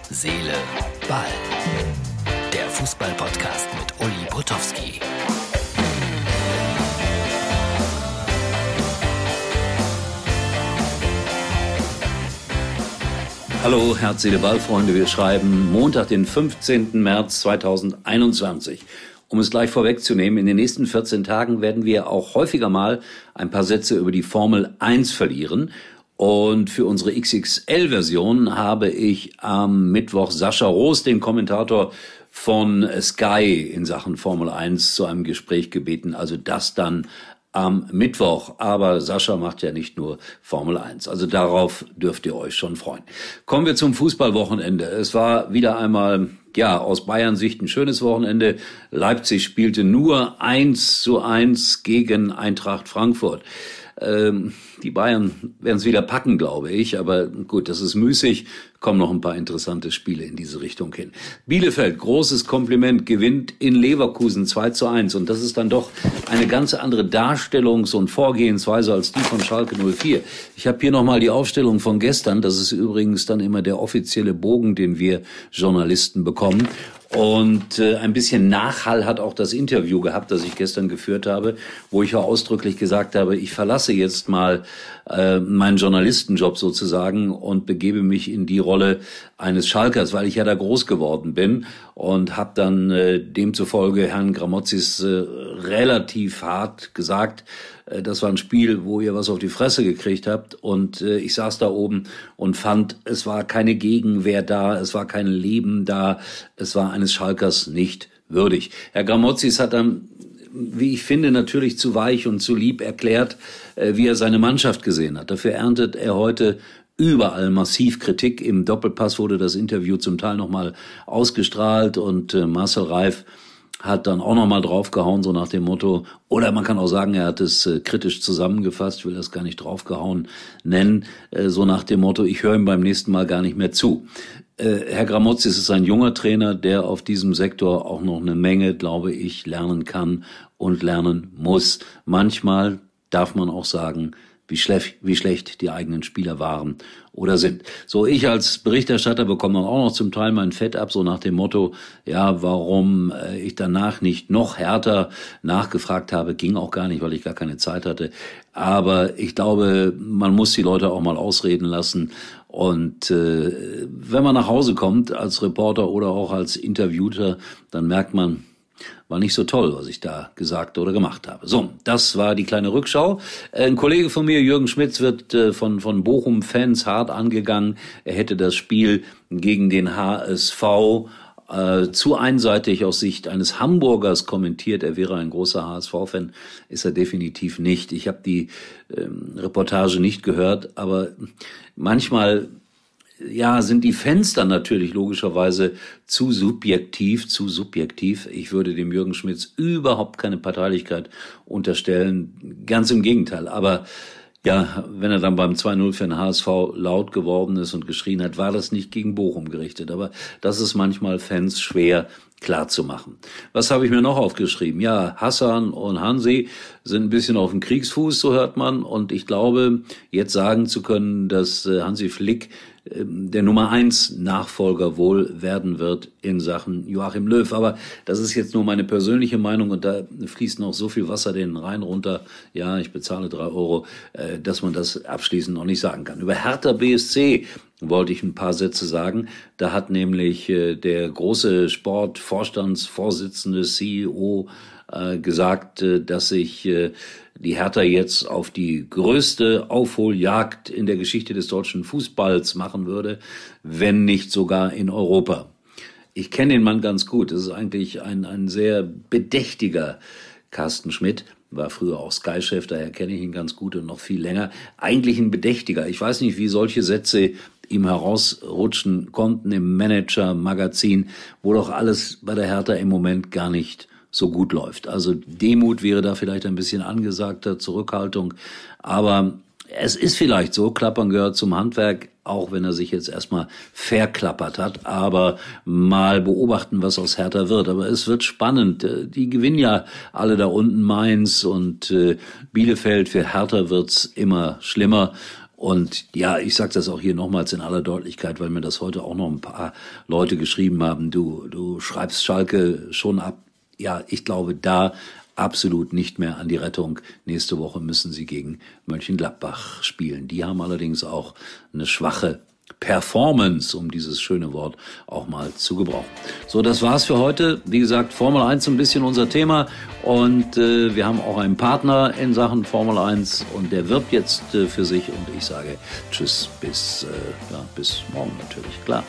Seele, Ball. Der Fußball-Podcast mit Uli Potowski. Hallo, Herz, Seele, Ball, Freunde. Wir schreiben Montag, den 15. März 2021. Um es gleich vorwegzunehmen, in den nächsten 14 Tagen werden wir auch häufiger mal ein paar Sätze über die Formel 1 verlieren. Und für unsere XXL-Version habe ich am Mittwoch Sascha Roos, den Kommentator von Sky in Sachen Formel 1, zu einem Gespräch gebeten. Also das dann am Mittwoch. Aber Sascha macht ja nicht nur Formel 1. Also darauf dürft ihr euch schon freuen. Kommen wir zum Fußballwochenende. Es war wieder einmal, aus Bayern-Sicht ein schönes Wochenende. Leipzig spielte nur 1:1 gegen Eintracht Frankfurt. Die Bayern werden es wieder packen, glaube ich. Aber gut, das ist müßig. Kommen noch ein paar interessante Spiele in diese Richtung hin. Bielefeld, großes Kompliment, gewinnt in Leverkusen 2:1. Und das ist dann doch eine ganz andere Darstellungs- und Vorgehensweise als die von Schalke 04. Ich habe hier nochmal die Aufstellung von gestern. Das ist übrigens dann immer der offizielle Bogen, den wir Journalisten bekommen. Und ein bisschen Nachhall hat auch das Interview gehabt, das ich gestern geführt habe, wo ich ja ausdrücklich gesagt habe, ich verlasse jetzt mal meinen Journalistenjob sozusagen und begebe mich in die Rolle eines Schalkers, weil ich ja da groß geworden bin, und habe dann demzufolge Herrn Gramozis relativ hart gesagt, das war ein Spiel, wo ihr was auf die Fresse gekriegt habt, und ich saß da oben und fand, es war keine Gegenwehr da, es war kein Leben da, es war eines Schalkers nicht würdig. Herr Gramozis hat dann, wie ich finde, natürlich zu weich und zu lieb erklärt, wie er seine Mannschaft gesehen hat. Dafür erntet er heute überall massiv Kritik. Im Doppelpass wurde das Interview zum Teil nochmal ausgestrahlt, und Marcel Reif hat dann auch nochmal draufgehauen, so nach dem Motto, oder man kann auch sagen, er hat es kritisch zusammengefasst, will das gar nicht draufgehauen nennen, so nach dem Motto, ich höre ihm beim nächsten Mal gar nicht mehr zu. Herr Gramozis ist ein junger Trainer, der auf diesem Sektor auch noch eine Menge, glaube ich, lernen kann und lernen muss. Manchmal darf man auch sagen, wie schlecht die eigenen Spieler waren oder sind. So, ich als Berichterstatter bekomme dann auch noch zum Teil mein Fett ab, so nach dem Motto, warum ich danach nicht noch härter nachgefragt habe, ging auch gar nicht, weil ich gar keine Zeit hatte. Aber ich glaube, man muss die Leute auch mal ausreden lassen. Und wenn man nach Hause kommt als Reporter oder auch als Interviewter, dann merkt man, war nicht so toll, was ich da gesagt oder gemacht habe. So, das war die kleine Rückschau. Ein Kollege von mir, Jürgen Schmitz, wird von Bochum-Fans hart angegangen. Er hätte das Spiel gegen den HSV zu einseitig aus Sicht eines Hamburgers kommentiert. Er wäre ein großer HSV-Fan, ist er definitiv nicht. Ich habe die Reportage nicht gehört, aber manchmal sind die Fans dann natürlich logischerweise zu subjektiv. Ich würde dem Jürgen Schmitz überhaupt keine Parteilichkeit unterstellen, ganz im Gegenteil. Aber wenn er dann beim 2:0 für den HSV laut geworden ist und geschrien hat, war das nicht gegen Bochum gerichtet. Aber das ist manchmal Fans schwer klar zu machen. Was habe ich mir noch aufgeschrieben? Hassan und Hansi sind ein bisschen auf dem Kriegsfuß, so hört man. Und ich glaube, jetzt sagen zu können, dass Hansi Flick der Nummer 1 Nachfolger wohl werden wird in Sachen Joachim Löw. Aber das ist jetzt nur meine persönliche Meinung, und da fließt noch so viel Wasser den Rhein runter. Ich bezahle 3 €, dass man das abschließend noch nicht sagen kann. Über Hertha BSC wollte ich ein paar Sätze sagen. Da hat nämlich der große Sportvorstandsvorsitzende, CEO, gesagt, dass sich die Hertha jetzt auf die größte Aufholjagd in der Geschichte des deutschen Fußballs machen würde, wenn nicht sogar in Europa. Ich kenne den Mann ganz gut. Das ist eigentlich ein sehr bedächtiger Carsten Schmidt. War früher auch Sky-Chef, daher kenne ich ihn ganz gut und noch viel länger. Eigentlich ein Bedächtiger. Ich weiß nicht, wie solche Sätze ihm herausrutschen konnten im Manager-Magazin, wo doch alles bei der Hertha im Moment gar nicht so gut läuft. Also Demut wäre da vielleicht ein bisschen angesagter, Zurückhaltung. Aber es ist vielleicht so, Klappern gehört zum Handwerk, auch wenn er sich jetzt erstmal verklappert hat. Aber mal beobachten, was aus Hertha wird. Aber es wird spannend. Die gewinnen ja alle da unten, Mainz und Bielefeld. Für Hertha wird's immer schlimmer. Und ja, ich sage das auch hier nochmals in aller Deutlichkeit, weil mir das heute auch noch ein paar Leute geschrieben haben. Du schreibst Schalke schon ab. Ja, ich glaube da absolut nicht mehr an die Rettung. Nächste Woche müssen sie gegen Mönchengladbach spielen. Die haben allerdings auch eine schwache Performance, um dieses schöne Wort auch mal zu gebrauchen. So, das war's für heute. Wie gesagt, Formel 1 ein bisschen unser Thema und wir haben auch einen Partner in Sachen Formel 1 und der wirbt jetzt für sich und ich sage tschüss, bis morgen natürlich, klar.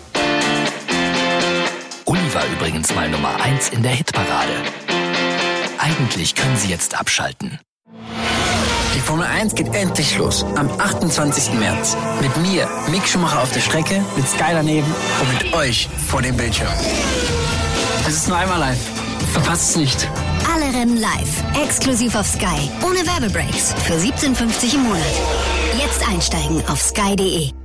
Uli war übrigens mal Nummer 1 in der Hitparade. Eigentlich können Sie jetzt abschalten. Die Formel 1 geht endlich los. Am 28. März. Mit mir, Mick Schumacher auf der Strecke, mit Sky daneben und mit euch vor dem Bildschirm. Es ist nur einmal live. Verpasst es nicht. Alle Rennen live. Exklusiv auf Sky. Ohne Werbebreaks. Für 17,50 im Monat. Jetzt einsteigen auf sky.de.